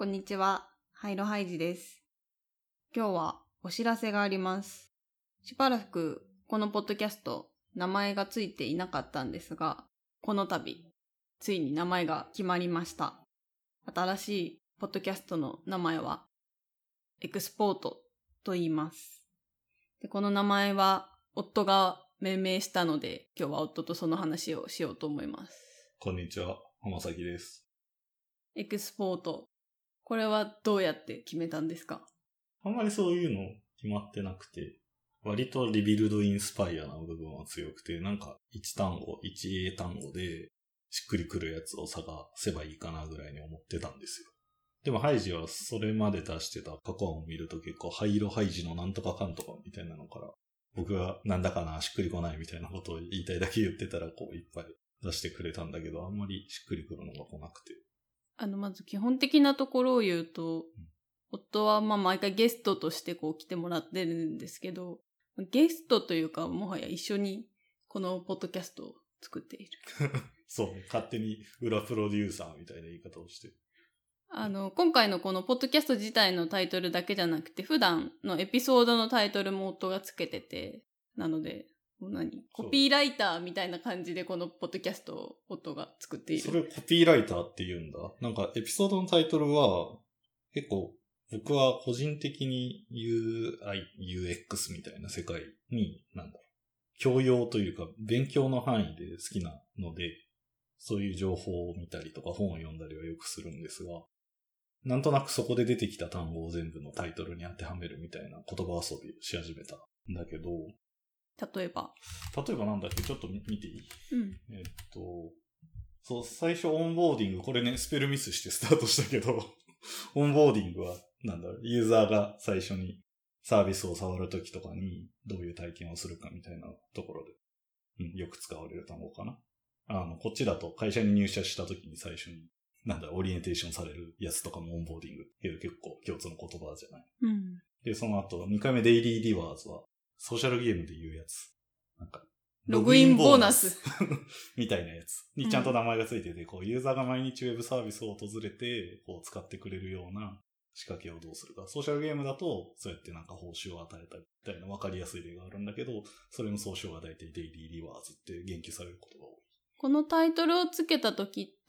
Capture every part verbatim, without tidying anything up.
こんにちは、ハイロハイジです。今日はお知らせがあります。しばらくこのポッドキャスト、名前がついていなかったんですが、この度、ついに名前が決まりました。新しいポッドキャストの名前は、エクスポートと言います。で、この名前は夫が命名したので、今日は夫とその話をしようと思います。 こんにちは、浜崎です。 エクスポート。これはどうやって決めたんですか？ あんまりそういうの決まってなくて、割とリビルドインスパイアな部分は強くて、なんか一単語、一英単語でしっくりくるやつを探せばいいかなぐらいに思ってたんですよ。でもハイジはそれまで出してた過去案を見ると結構ハイロハイジのなんとかかんとかみたいなのから、僕がなんだかなしっくりこないみたいなことを言いたいだけ言ってたらこういっぱい出してくれたんだけど、あんまりしっくりくるのが来なくて。 あの、まず基本的なところを言うと、うん、夫はまあ毎回ゲストとしてこう来てもらってるんですけど、ゲストというかもはや一緒にこのポッドキャストを作っている。 そうね、勝手に裏プロデューサーみたいな言い方をして。 あの、今回のこのポッドキャスト自体のタイトルだけじゃなくて、普段のエピソードのタイトルも夫がつけてて、なので、何コピーライターみたいな感じでこのポッドキャストを夫が作っている。 それをコピーライターって言うんだ。なんかエピソードのタイトルは結構僕は個人的に ユーアイ、ユーエックス みたいな世界になんだろう。教養というか勉強の範囲で好きなので、そういう情報を見たりとか本を読んだりはよくするんですが、なんとなくそこで出てきた単語を全部のタイトルに当てはめるみたいな言葉遊びをし始めたんだけど、 例えば例えばなんだっけちょっと見ていい？ うん。 えっと、そう、最初オンボーディング、これね、スペルミスしてスタートしたけど、オンボーディングは、なんだろう、ユーザーが最初にサービスを触るときとかにどういう体験をするかみたいなところで、うん、よく使われる単語かな。あの、こっちだと会社に入社したときに最初に、なんだろう、オリエンテーションされるやつとかもオンボーディングっていう結構共通の言葉じゃない。 うん。 で、その後、にかいめデイリーリワーズは、ソーシャルゲームで言うやつ。なんか、 ログインボーナスみたいなやつにちゃんと名前がついてて、うん、こう、ユーザーが毎日ウェブサービスを訪れて、こう、使ってくれるような仕掛けをどうするか。ソーシャルゲームだと、そうやってなんか報酬を与えたりみたいな分かりやすい例があるんだけど、それの総称は大体デイリーリワーズって言及されることが多い。 このタイトルをつけた時って、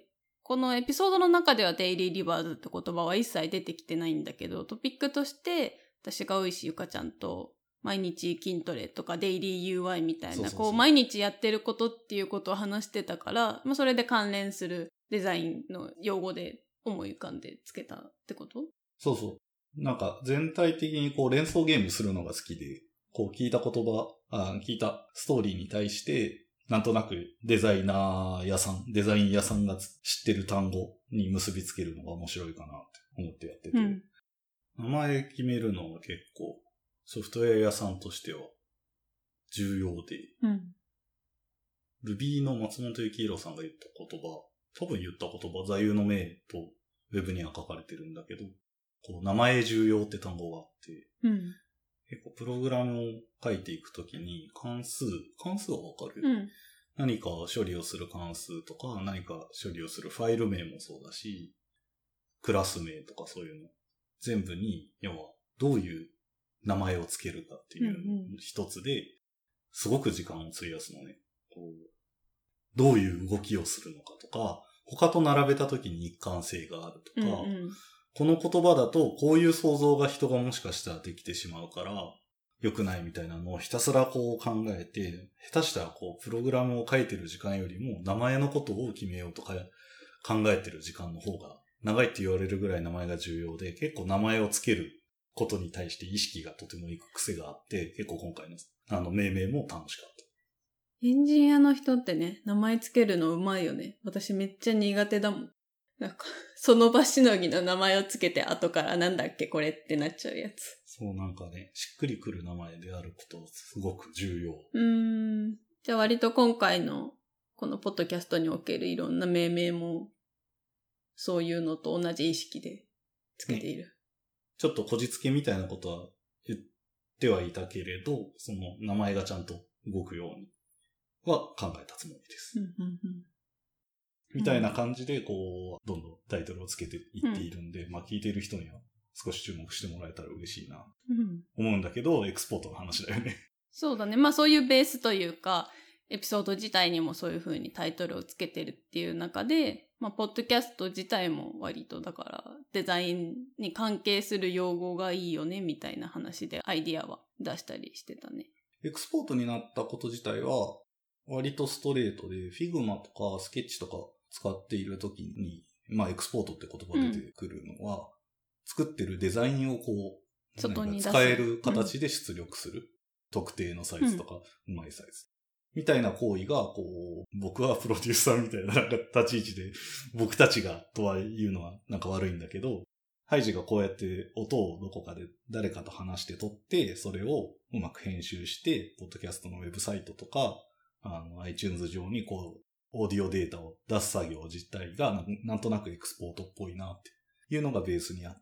このエピソードの中ではデイリーリワーズって言葉は一切出てきてないんだけど、トピックとして、私がういしゆかちゃんと、毎日筋トレとかデイリー ユーアイ みたいな、そうそうそうこう毎日やってることっていうことを話してたから、まあ、それで関連するデザインの用語で思い浮かんでつけたってこと？ そうそう。なんか全体的にこう連想ゲームするのが好きで、こう聞いた言葉、あ聞いたストーリーに対して、なんとなくデザイナー屋さん、デザイン屋さんが知ってる単語に結びつけるのが面白いかなって思ってやってて、うん、名前決めるのは結構ソフトウェア屋さんとしては重要で、うん、Ruby の松本幸宏さんが言った言葉、多分言った言葉、座右の銘とウェブには書かれてるんだけど、こう名前重要って単語があって、うん、結構プログラムを書いていくときに関数、関数はわかる、うん、何か処理をする関数とか、何か処理をするファイル名もそうだし、クラス名とかそういうの、全部に、要はどういう名前をつけるかっていう一つで、すごく時間を費やすのね。こうどういう動きをするのかとか、他と並べた時に一貫性があるとか、うんうん、この言葉だとこういう想像が人がもしかしたらできてしまうから良くないみたいなのをひたすらこう考えて、下手したらこうプログラムを書いてる時間よりも名前のことを決めようとか考えてる時間の方が長いって言われるぐらい名前が重要で、結構名前をつけることに対して意識がとてもいく癖があって、結構今回のあの命名も楽しかった。 エンジニアの人ってね、名前つけるのうまいよね。私めっちゃ苦手だもん。なんか、その場しのぎの名前をつけて後からなんだっけこれってなっちゃうやつ。 そうなんかね、しっくりくる名前であることすごく重要。 うーん。じゃあ割と今回のこのポッドキャストにおけるいろんな命名もそういうのと同じ意識でつけている。ね、 ちょっとこじつけみたいなことは言ってはいたけれど、その名前がちゃんと動くようには考えたつもりです。 うんうんうん、 みたいな感じで、こう、どんどんタイトルをつけていっているんで、うん、まあ聞いている人には少し注目してもらえたら嬉しいな、思うんだけど、エクスポートの話だよね。 そうだね。まあそういうベースというか、エピソード自体にもそういう風にタイトルをつけてるっていう中で、まあポッドキャスト自体も割とだからデザインに関係する用語がいいよねみたいな話でアイディアは出したりしてたね。 エクスポートになったこと自体は割とストレートで、Figma とかスケッチとか使っているときに、まあエクスポートって言葉出てくるのは、うん、作ってるデザインをこう、 外に出す使える形で出力する。うん、特定のサイズとか、うまいサイズ。みたいな行為が、こう、僕はプロデューサーみたいななんか立ち位置で、僕たちがとは言うのはなんか悪いんだけど、ハイジがこうやって音をどこかで誰かと話して撮って、それをうまく編集して、ポッドキャストのウェブサイトとか、あの iTunes 上にこう、オーディオデータを出す作業自体がな、なんとなくエクスポートっぽいなっていうのがベースにあって、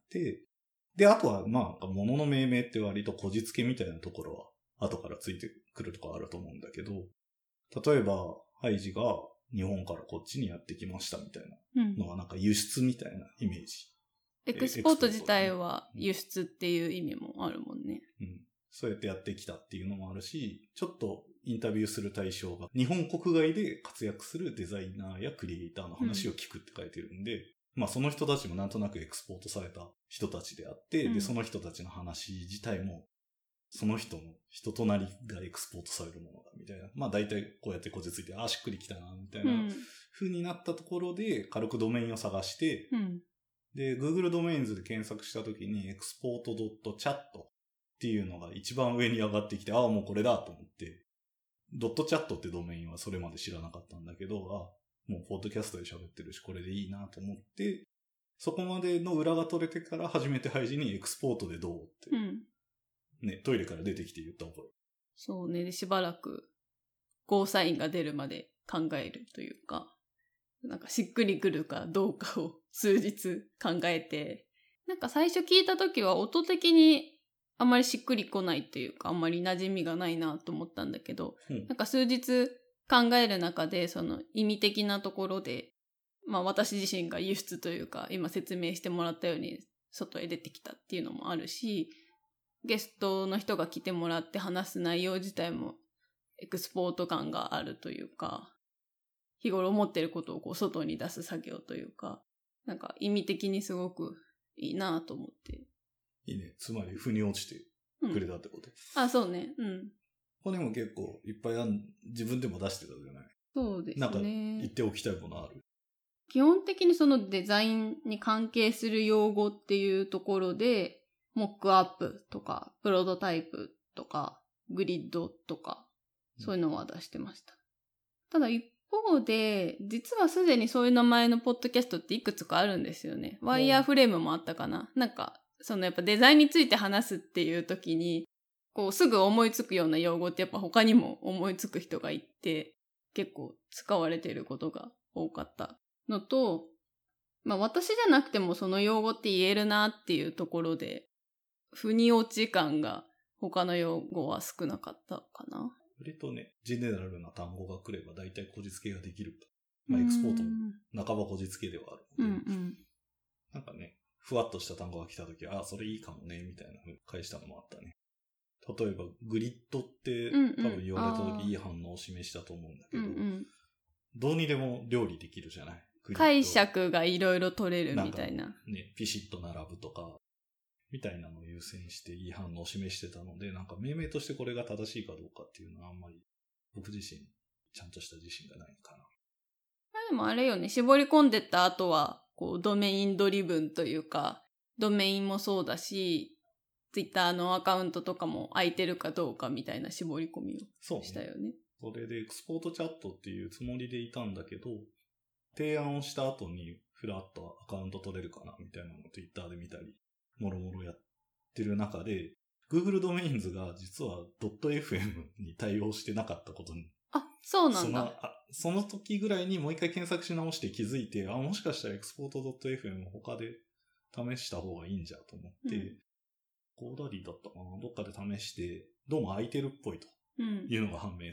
で、あとはまあ、物の命名って割とこじつけみたいなところは後からついてくるとかあると思うんだけど、例えば、ハイジが日本からこっちにやってきましたみたいなのがなんか輸出みたいなイメージ。 エクスポート自体は輸出っていう意味もあるもんね。 うん。そうやってやってきたっていうのもあるし、ちょっとインタビューする対象が日本国外で活躍するデザイナーやクリエイターの話を聞くって書いてるんで、うん、まあその人たちもなんとなくエクスポートされた人たちであって、うん、で、その人たちの話自体もその人の人となりがエクスポートされるものだみたいな。まあ大体こうやってこじついて、ああしっくりきたなみたいな風になったところで軽くドメインを探して、うん、で、Google ドメインズで検索したときにエクスポート .chat っていうのが一番上に上がってきて、ああもうこれだと思って、ドットチャットってドメインはそれまで知らなかったんだけど、あもうポッドキャストで喋ってるしこれでいいなと思って、そこまでの裏が取れてから初めてハイジにエクスポートでどうって。うんね、トイレから出てきて言った覚え。 そうね。で、しばらく、ゴーサインが出るまで考えるというか、なんかしっくりくるかどうかを数日考えて、なんか最初聞いたときは音的にあんまりしっくりこないというか、あんまり馴染みがないなと思ったんだけど、うん、なんか数日考える中で、その意味的なところで、まあ私自身が輸出というか、今説明してもらったように外へ出てきたっていうのもあるし、ゲストの人が来てもらって話す内容自体もエクスポート感があるというか、日頃思ってることをこう外に出す作業というか、なんか意味的にすごくいいなと思って。 いいね。つまり腑に落ちてくれたってこと、 うん、あ、そうね。うん。 ここにも結構いっぱいあん、自分でも出してたじゃない？ そうですね。 なんか言っておきたいものある？ 基本的にそのデザインに関係する用語っていうところで、モックアップとか、プロトタイプとか、グリッドとか、そういうのは出してました。ただ一方で、実はすでにそういう名前のポッドキャストっていくつかあるんですよね。ワイヤーフレームもあったかな。なんか、そのやっぱデザインについて話すっていう時に、こうすぐ思いつくような用語ってやっぱ他にも思いつく人がいて、結構使われていることが多かったのと、まあ私じゃなくてもその用語って言えるなっていうところで、腑に落ち感が他の用語は少なかったかな。 割とね、ジェネラルな単語が来れば大体こじつけができると。まあエクスポートも半ばこじつけではあるので、うんうん、なんかね、ふわっとした単語が来たとき、ああ、それいいかもね、みたいな風に返したのもあったね。例えば、グリッドって多分言われたときいい反応を示したと思うんだけど、うんうん、どうにでも料理できるじゃない？ 解釈がいろいろ取れるみたいな。 なんかね、ピシッと並ぶとか、みたいなのを優先していい反応を示してたので、なんか命名としてこれが正しいかどうかっていうのはあんまり僕自身ちゃんとした自信がないかな。 でもあれよね、絞り込んでった後は、こうドメインドリブンというか、ドメインもそうだし、ツイッターのアカウントとかも空いてるかどうかみたいな絞り込みをしたよね。 そうね。それでエクスポートチャットっていうつもりでいたんだけど、提案をした後にフラッとアカウント取れるかなみたいなのをツイッターで見たり、もろもろやってる中で、Google ドメインズが実は .fm に対応してなかったことに。 あ、そうなんだ。 その、あ、その時ぐらいにもう一回検索し直して気づいて、あ、もしかしたら エクスポート .fm を他で試した方がいいんじゃと思って、うん、コーダリーだったかな、どっかで試して、どうも空いてるっぽいというのが判明する。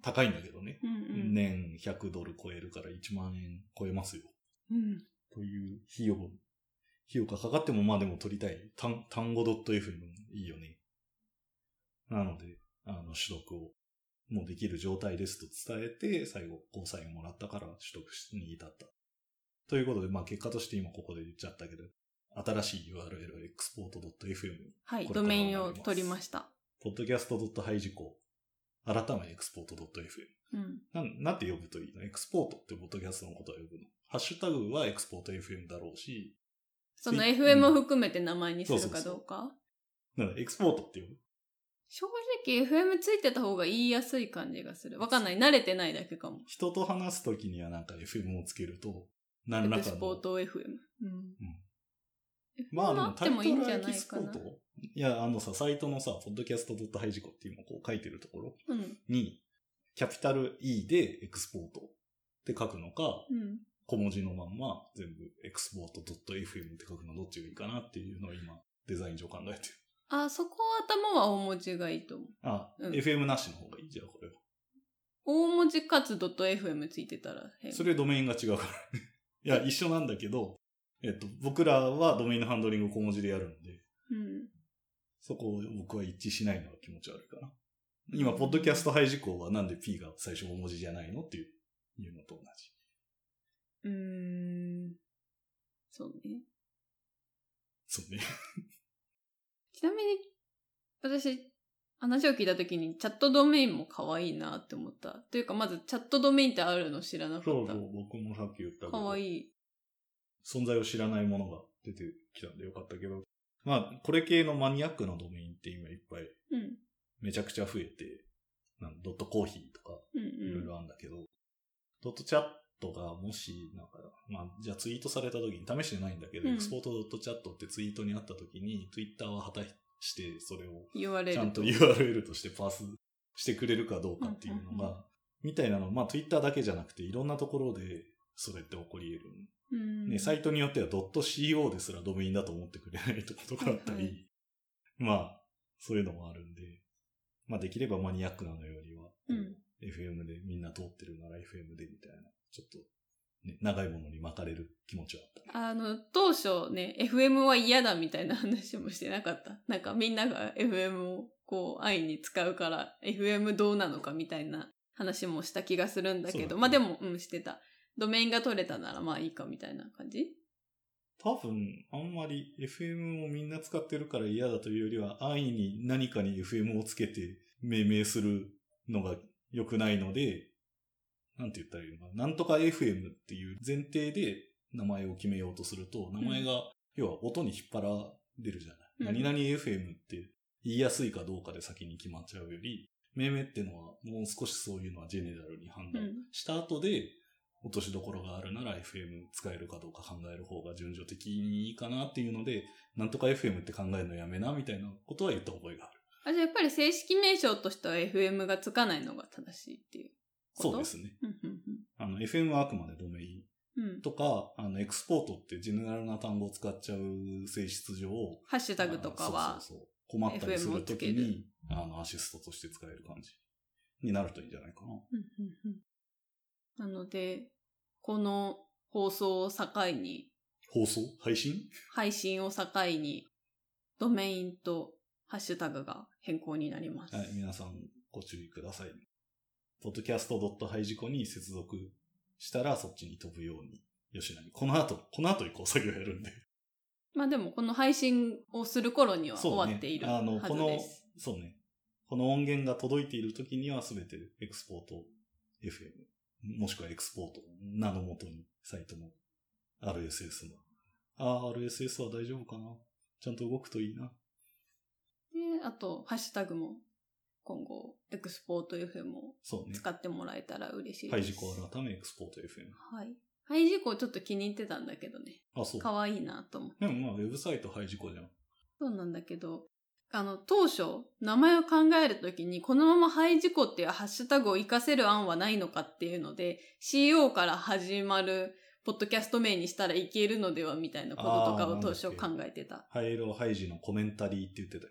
高いんだけどね。 うんうん、 年ひゃくドル超えるからいちまんえん超えますよ。 うん、 という費用、費用がかかってもまあでも取りたい。単単語 .fm いいよね。なので、あの、取得をもうできる状態ですと伝えて、最後、ゴーサインもらったから取得に至った。ということで、まあ結果として今ここで言っちゃったけど、新しい ユーアールエル エクスポート .fm に。 はい、ドメインを取りました。 podcast.hijico 改め エクスポート .fm。 うん。 なん、なんて呼ぶといいの？エクスポートってポッドキャストのことは呼ぶの？ハッシュタグはエクスポート エフエム だろうし。 その エフエム を含めて名前にするかどうか、うん、そうそうそうなんだ、エクスポートって呼ぶ？ 正直 エフエム ついてた方が言いやすい感じがする。わかんない。慣れてないだけかも。 人と話すときにはなんか エフエム をつけると、何らかの。 エクスポート エフエム。うん。うん、 まあでもタイトルはエクスポート？ いいんじゃないかな。 いや、あのさ、サイトのさ、podcast.hijico っていうのをこう書いてるところに、うん、キャピタル E でエクスポートって書くのか、うん、小文字のまんま全部エクスポート .fm って書くのどっちがいいかなっていうのを今デザイン上考えてる。 あ、そこは頭は大文字がいいと思う。 あ、うん、エフエム なしの方がいいじゃあこれは。 大文字かつ .fm ついてたら変。 それドメインが違うから。いや、一緒なんだけど、えっと、僕らはドメインのハンドリングを小文字でやるので、うん、そこを僕は一致しないのが気持ち悪いかな。今、ポッドキャストハイジコはなんで P が最初大文字じゃないのっていう、いうのと同じ。 うーん。そうね。 そうね。 ちなみに、私、話を聞いたときにチャットドメインも可愛いなって思った。というか、まずチャットドメインってあるの知らなかった。 そうそう、僕もさっき言ったけど。 可愛い。 存在を知らないものが出てきたんでよかったけど。まあ、これ系のマニアックなドメインって今いっぱい、めちゃくちゃ増えて、うん、ドットコーヒーとか、いろいろあるんだけど、うんうん、ドットチャットがもし、なんか、まあ、じゃあツイートされた時に試してないんだけど、うん、エクスポートドットチャットってツイートにあった時に、Twitter は果たして、それを、ちゃんと ユーアールエル としてパースしてくれるかどうかっていうのが、うんうんうん、みたいなの、まあ Twitter だけじゃなくて、いろんなところで、それって起こり得る。うんね、サイトによっては .co ですらドメインだと思ってくれないとことがあったり、はいはい、まあ、そういうのもあるんで、まあできればマニアックなのよりは、うん、エフエム でみんな通ってるなら エフエム でみたいな、ちょっと、ね、長いものに巻かれる気持ちはあった。 あの、当初ね、エフエム は嫌だみたいな話もしてなかった。なんかみんなが エフエム をこう愛に使うから エフエム どうなのかみたいな話もした気がするんだけど、まあでも、うん、してた。ドメインが取れたならまあいいかみたいな感じ？ 多分、あんまり エフエム をみんな使ってるから嫌だというよりは、安易に何かに エフエム をつけて命名するのが良くないので、なんて言ったらいいのかな。なんとか エフエム っていう前提で名前を決めようとすると、名前が、うん、要は音に引っ張られるじゃない。うん、何々 エフエム って言いやすいかどうかで先に決まっちゃうより、命名っていうのはもう少しそういうのはジェネラルに判断した後で、うん落としどころがあるなら エフエム 使えるかどうか考える方が順序的にいいかなっていうので、なんとか エフエム って考えるのやめなみたいなことは言った覚えがある。 あ、じゃあやっぱり正式名称としては エフエム がつかないのが正しいっていうこと？ そうですね。あの エフエム はあくまでドメインとか、うん、あのエクスポートってジェネラルな単語を使っちゃう性質上、 ハッシュタグとかはそうそうそう困ったりするときにあのアシストとして使える感じになるといいんじゃないかな。 なので、この放送を境に、 放送？配信？ 配信を境に、ドメインとハッシュタグが変更になります。 はい、皆さんご注意ください。ポッドキャスト .hijico に接続したらそっちに飛ぶように、よしなに。この後、この後にこう作業やるんで。 まあでもこの配信をする頃には終わっているはずです。 そうね。あの、この、そうね。この音源が届いている時にはすべてエクスポート エフエム。もしくはエクスポート、名のもとに、サイトの アールエスエス の。ああ、アールエスエス は大丈夫かな？ちゃんと動くといいな。 で、あと、ハッシュタグも、今後、エクスポート エフエム を使ってもらえたら嬉しいです。 ハイジコ改めエクスポート エフエム。 はい。ハイジコちょっと気に入ってたんだけどね。 あ、そう。 かわいいなと思って。 でもまあ、ウェブサイトハイジコじゃん。 そうなんだけど、あの、当初、名前を考えるときに、このままハイジコっていうハッシュタグを活かせる案はないのかっていうので、シーオー から始まる、ポッドキャスト名にしたらいけるのではみたいなこととかを当初考えてた。 ハイローハイジのコメンタリーって言ってたやつ。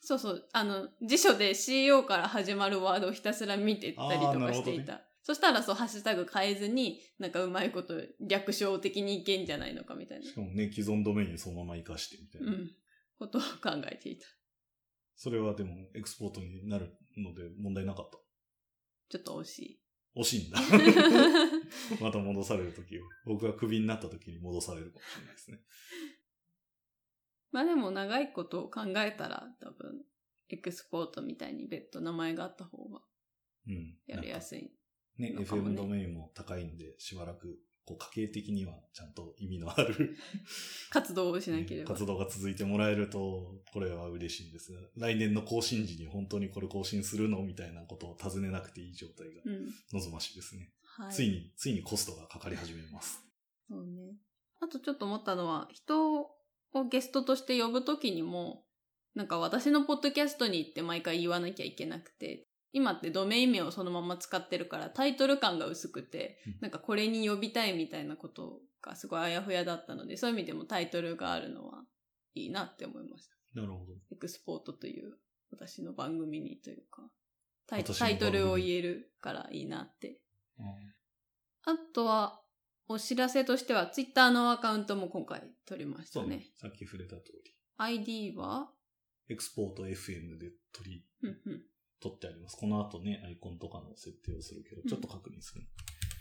そうそう、あの、辞書で シーオー から始まるワードをひたすら見てったりとかしていた。ね、そしたらそう、ハッシュタグ変えずに、なんかうまいこと略称的にいけんじゃないのかみたいな。 しかもね、既存ドメインそのまま活かしてみたいな。 うん。ことを考えていた。 それはでも、エクスポートになるので問題なかった。 ちょっと惜しい。 惜しいんだ。また戻されるときを。僕がクビになったときに戻されるかもしれないですね。 まあでも長いことを考えたら多分エクスポートみたいに別途名前があった方がやりやすい、 うん、ね。ね、エフエム ドメインも高いんでしばらくこう家計的にはちゃんと意味のある活動をしなければ、 ね、活動が続いてもらえるとこれは嬉しいんですが、来年の更新時に本当にこれ更新するのみたいなことを尋ねなくていい状態が望ましいですね、うんはい、ついについにコストがかかり始めます。 そうね。あとちょっと思ったのは、人をゲストとして呼ぶときにも、なんか私のポッドキャストに行って毎回言わなきゃいけなくて、今ってドメイン名をそのまま使ってるからタイトル感が薄くて、うん、なんかこれに呼びたいみたいなことがすごいあやふやだったので、そういう意味でもタイトルがあるのはいいなって思いました。 なるほど。 エクスポートという私の番組にというか、タイ、タイトルを言えるからいいなって。うん、あとは、お知らせとしては、ツイッターのアカウントも今回取りましたね。 そうね。さっき触れた通り。 アイディー はエクスポート エフエム で取り、 うんうん、 取ってあります。この後ね、アイコンとかの設定をするけど、ちょっと確認する。うん、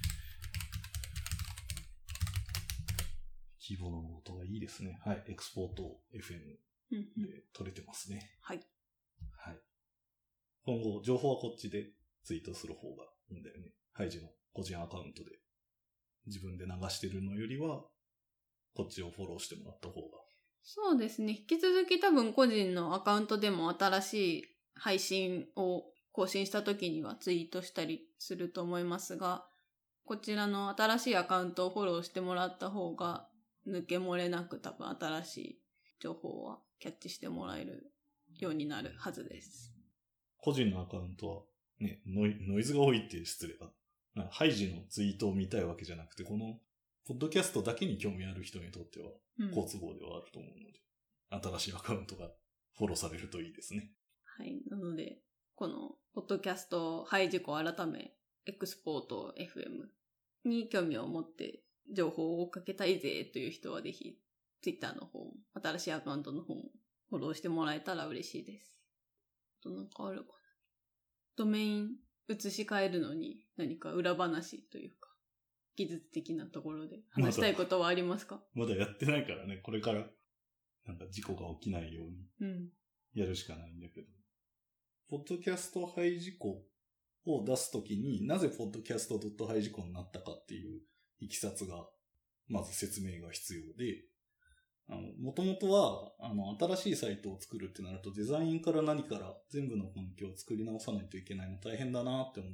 キーボードの音がいいですね。はい。エクスポート エフエム で取れてますね。 うんうん、はい。 はい。今後、情報はこっちでツイートする方がいいんだよね。ハイジの個人アカウントで。自分で流してるのよりは、こっちをフォローしてもらった方が。 そうですね。引き続き多分個人のアカウントでも新しい配信を更新した時にはツイートしたりすると思いますが、こちらの新しいアカウントをフォローしてもらった方が抜け漏れなく多分新しい情報はキャッチしてもらえるようになるはずです。 個人のアカウントはね、ノイ、ノイズが多いって失礼だ。ハイジのツイートを見たいわけじゃなくて、このポッドキャストだけに興味ある人にとっては好都合ではあると思うので、うん、新しいアカウントがフォローされるといいですね。 はい。なので、このポッドキャストハイジコ改めエクスポート エフエム に興味を持って情報を追っかけたいぜという人はぜひ Twitter の方も新しいアカウントの方もフォローしてもらえたら嬉しいです。あとなんかあるかな。ドメイン移し替えるのに何か裏話というか技術的なところで話したいことはありますか？ まだ、まだやってないからね、これからなんか事故が起きないようにやるしかないんだけど、うん、ポッドキャストハイ事故を出すときになぜポッドキャストハイ事故になったかっていういきさつがまず説明が必要で、あの、もともとは、あの、新しいサイトを作るってなると、デザインから何から全部の環境を作り直さないといけないの大変だなって思って、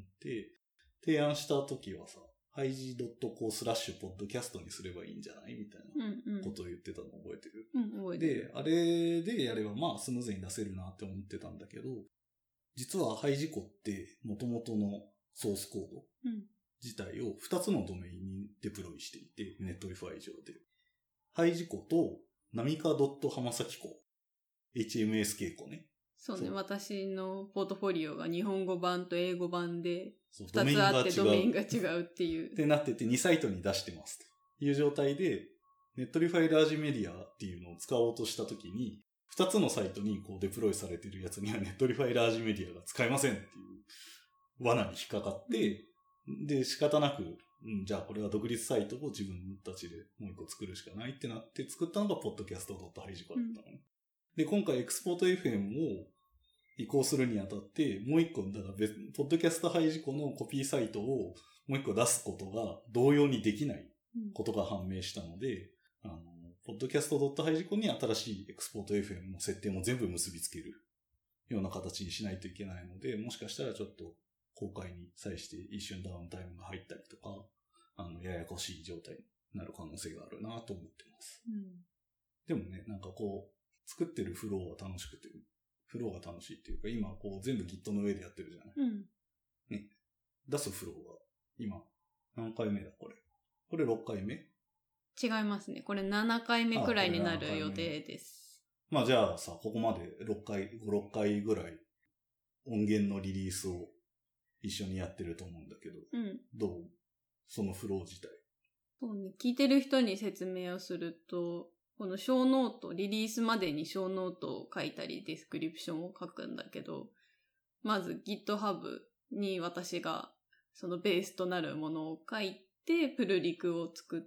提案した時はさ、ハイジ .co スラッシュポッドキャストにすればいいんじゃないみたいなことを言ってたのを覚えてる。 うんうん、覚えてる。 で、あれでやればまあスムーズに出せるなって思ってたんだけど、実はハイジコって元々のソースコード自体をふたつのドメインにデプロイしていて、ネットリファイ上で。ハイジコとナミカ浜崎コ エイチエムエス 傾向ね。 そうね、そう私のポートフォリオが日本語版と英語版でふたつあってドメインが違うっていう。 ってなっててにサイトに出してますという状態で、ネットリファイラージメディアっていうのを使おうとしたときに、ふたつのサイトにこうデプロイされてるやつにはネットリファイラージメディアが使えませんっていう罠に引っかかって、うん、で仕方なく、うん、じゃあこれは独立サイトを自分たちでもう一個作るしかないってなって作ったのがポッドキャスト .ハイジコだったのね、うん。で、今回エクスポート エフエム を移行するにあたって、もう一個、だから別、ポッドキャストハイジコのコピーサイトをもう一個出すことが同様にできないことが判明したので、うん、あの、ポッドキャスト ハイジコに新しいエクスポート エフエム の設定も全部結びつけるような形にしないといけないので、もしかしたらちょっと公開に際して一瞬ダウンタイムが入ったりとか、あの、ややこしい状態になる可能性があるなと思ってます。うん、でもね、なんかこう、作ってるフローは楽しくて、フローが楽しいっていうか、今こう全部 Git の上でやってるじゃない、うん、ね。出すフローは今何回目だこれ。これろっかいめ？ 違いますね。これななかいめくらいになる予定です。 まあじゃあさ、ここまでろっかい、ご、ろっかいぐらい音源のリリースを一緒にやってると思うんだけど、 うん。 どうそのフロー自体。 そうね。聞いてる人に説明をすると、この小ノート、リリースまでに小ノートを書いたり、ディスクリプションを書くんだけど、まず GitHub に私がそのベースとなるものを書いて、プルリクを作って、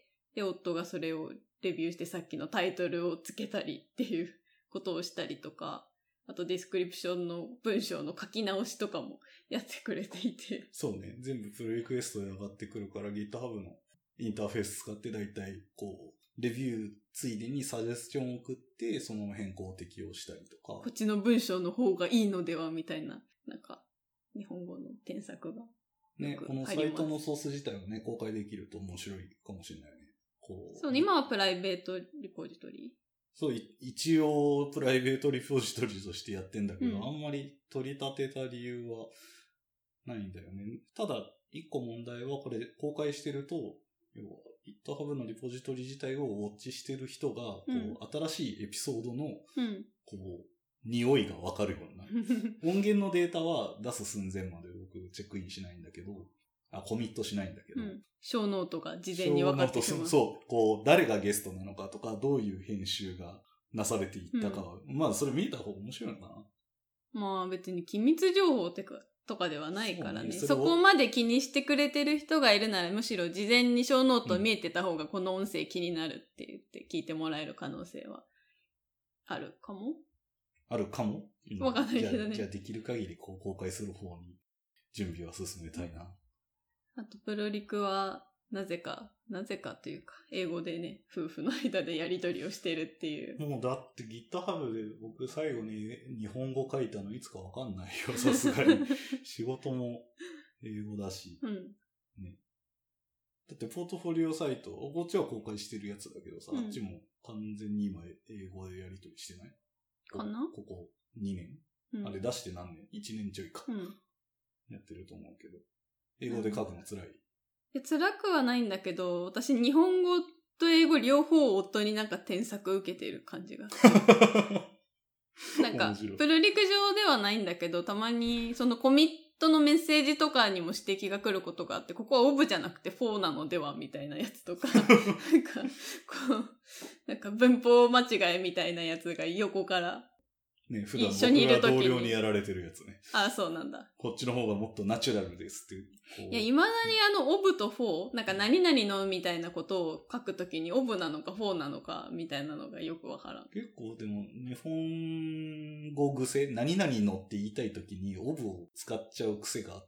で、夫がそれをレビューしてさっきのタイトルをつけたりっていうことをしたりとか、あとディスクリプションの文章の書き直しとかもやってくれていて。 そうね。全部プルリクエストで上がってくるから GitHub のインターフェース使ってだいたいこう、レビューついでにサジェスチョンを送って、その変更を適用したりとか。 こっちの文章の方がいいのではみたいな、なんか、日本語の添削が。 ね、このサイトのソース自体をね、公開できると面白いかもしれないね。こう。 そう、今はプライベートリポジトリ。 そう、一応プライベートリポジトリとしてやってんだけど、 うん、 あんまり取り立てた理由はないんだよね。ただ、一個問題はこれ公開してると、要は GitHub のリポジトリ自体をウォッチしてる人が、こう、うん、新しいエピソードの、 うん、 こう、匂いがわかるような。音源のデータは出す寸前まで僕チェックインしないんだけど、あ、コミットしないんだけど。うん。 小ノートが事前に分かってしまう。 そう、こう、誰がゲストなのかとか、どういう編集がなされていったかは、うん、まあそれ見た方が面白いのかな。 まあ別に機密情報ってか、とかではないからね。そ, ね そ, そこまで気にしてくれてる人がいるなら、むしろ事前に小ノート見えてた方がこの音声気になるって言って聞いてもらえる可能性はあるかも。 あるかもわかんないけどね。 じゃあ、じゃあできる限りこう公開する方に準備は進めたいな。 あと、プロリクは、なぜか、なぜかというか、英語でね、夫婦の間でやり取りをしてるっていう。 もうだって GitHub で僕最後に日本語書いたのいつかわかんないよ、さすがに。仕事も英語だし。 うん。 ね。だってポートフォリオサイト、こっちは公開してるやつだけどさ、うん、あっちも完全に今英語でやり取りしてないかなここにねん、うん、あれ出して何年 ?いち 年ちょいか、うん。やってると思うけど。英語で書くの辛い、うん、いや辛くはないんだけど、私日本語と英語両方を夫になんか添削受けてる感じが。なんか、プルリク上ではないんだけど、たまにそのコミットのメッセージとかにも指摘が来ることがあって、ここはオブじゃなくてフォーなのではみたいなやつとか、なんか、こう、なんか文法間違いみたいなやつが横から、 ね、普段僕が同僚にやられてるやつね。 ああ、そうなんだ。 こっちの方がもっとナチュラルですって。 いや、未だにあの、オブとフォー、なんか何々のみたいなことを書くときにオブなのかフォーなのかみたいなのがよくわからん。 結構でも、日本語癖、何々のって言いたいときにオブを使っちゃう癖があって、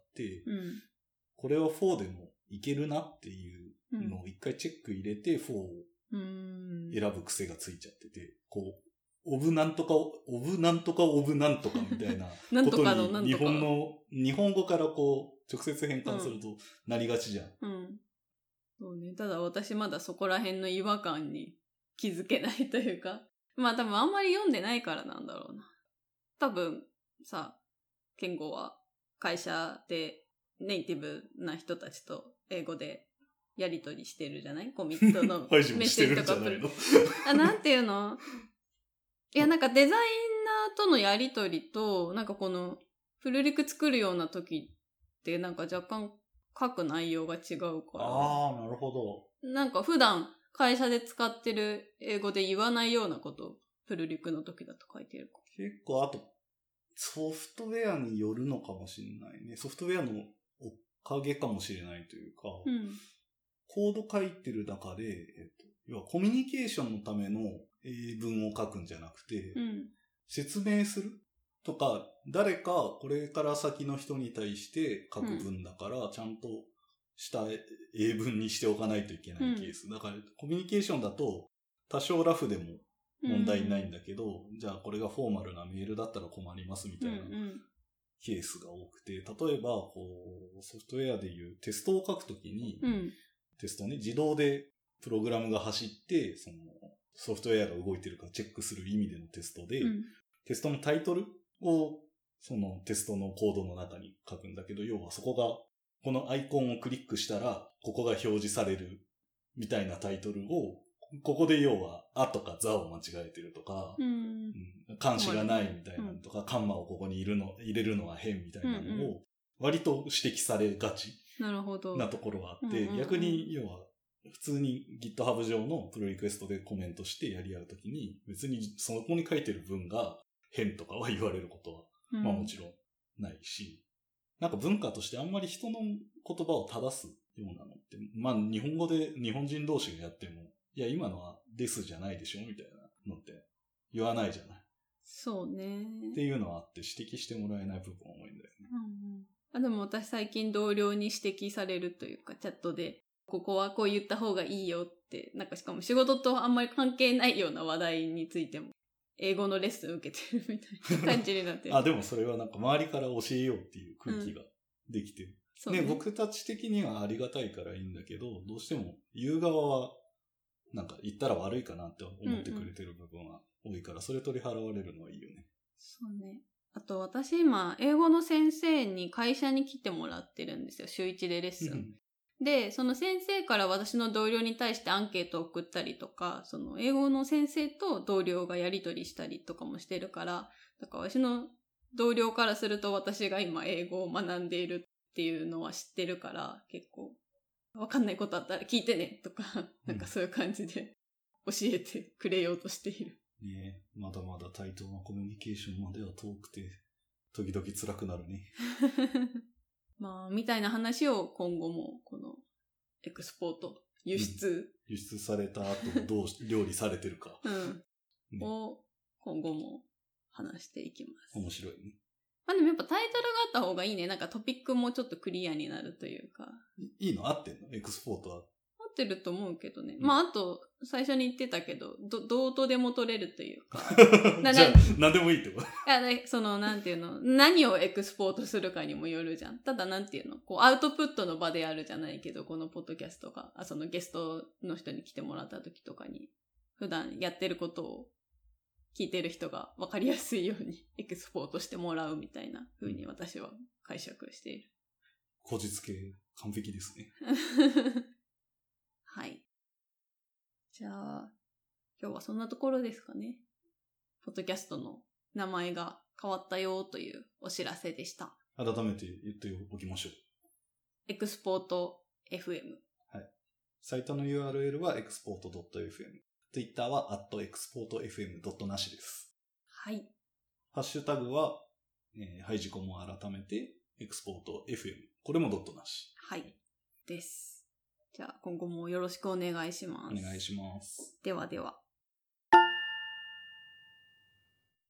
うん、 これはフォーでもいけるなっていうのを一回チェック入れてフォーを選ぶ癖がついちゃってて、こう、オブなんとか、オブなんとかオブなんとかみたいなことに日本の、日本語からこう、直接変換するとなりがちじゃん。 うん。うん、そうね。ただ私まだそこら辺の違和感に気づけないというか。まあ多分あんまり読んでないからなんだろうな。多分さ、健吾は会社でネイティブな人たちと英語でやりとりしてるじゃないコミットのメッセージとか。あ、なんていうのいや、なんかデザイナーとのやりとりと、なんかこの、プルリク作るような時って、なんか若干書く内容が違うから。 ああ、なるほど。 なんか普段会社で使ってる英語で言わないようなことを、プルリクの時だと書いてるか。 結構、あと、ソフトウェアによるのかもしれないね。ソフトウェアのおかげかもしれないというか、 うん、 コード書いてる中で、えっと、要はコミュニケーションのための英文を書くんじゃなくて、 うん、 説明するとか、誰かこれから先の人に対して書く文だから、ちゃんとした英文にしておかないといけないケース。うん、だからコミュニケーションだと多少ラフでも問題ないんだけど、うん、じゃあこれがフォーマルなメールだったら困りますみたいなケースが多くて、例えばこうソフトウェアでいうテストを書くときに、 うん、 テストね、自動でプログラムが走って、そのソフトウェアが動いてるかチェックする意味でのテストで、 うん、 テストのタイトルをそのテストのコードの中に書くんだけど、要はそこが、このアイコンをクリックしたら、ここが表示されるみたいなタイトルをここで要は、あとかざを間違えてるとか、 うん。 うん、監視がないみたいなのとか、うん、カンマをここにいるの、入れるのが変みたいなのを、割と指摘されがちなるほど。 なところがあって、うんうんうん、逆に要は、普通に GitHub 上のプロリクエストでコメントしてやり合うときに、別にそこに書いてる文が変とかは言われることは、うん、まあもちろんないし、なんか文化としてあんまり人の言葉を正すようなのって、まあ日本語で日本人同士がやっても、いや今のはですじゃないでしょみたいなのって言わないじゃない。 そうね。 っていうのはあって指摘してもらえない部分多いんだよね。 うんうん、あでも私最近同僚に指摘されるというかチャットで、ここはこう言った方がいいよって、なんかしかも仕事とあんまり関係ないような話題についても、英語のレッスン受けてるみたいな感じになってる。 あ、でもそれはなんか周りから教えようっていう空気ができてる。うんね、ね、僕たち的にはありがたいからいいんだけど、どうしても言う側は、なんか言ったら悪いかなって思ってくれてる部分は多いから、うんうん、それ取り払われるのはいいよね。 そうね。あと私今、英語の先生に会社に来てもらってるんですよ。週一でレッスン。で、その先生から私の同僚に対してアンケートを送ったりとか、その英語の先生と同僚がやり取りしたりとかもしてるから、だから私の同僚からすると私が今英語を学んでいるっていうのは知ってるから、結構わかんないことあったら聞いてねとか、なんかそういう感じで教えてくれようとしている。 ねえ、まだまだ対等なコミュニケーションまでは遠くて、時々辛くなるね。 まあ、みたいな話を今後も、この、エクスポート、輸出。うん、 輸出された後、どう料理されてるか。 うん。ね、を、今後も話していきます。 面白いね。 まあでもやっぱタイトルがあった方がいいね。なんかトピックもちょっとクリアになるというか。 いいの合ってんの？エクスポートは。 合ってると思うけどね。うん、まああと、最初に言ってたけど、ど、どうとでも取れるというか。 なじゃあ、何でもいいってこと？いや、ね、その、なんていうの、何をエクスポートするかにもよるじゃん。ただなんていうの、こう、アウトプットの場であるじゃないけど、このポッドキャストが、あそのゲストの人に来てもらった時とかに、普段やってることを聞いてる人が分かりやすいようにエクスポートしてもらうみたいな風に私は解釈している。 こじつけ、完璧ですね。 はい。じゃあ、今日はそんなところですかね。ポッドキャストの名前が変わったよというお知らせでした。 改めて言っておきましょう。 エクスポート エフエム。 はい。サイトの ユーアールエル は エクスポート ドット エフエム。Twitter は アット エクスポート エフエム なしです。 はい。 ハッシュタグは、えー、ハイジコも改めて エクスポート エフエム。これもドットなし。 はい。です。じゃあ今後もよろしくお願いします。 お願いします。 ではでは。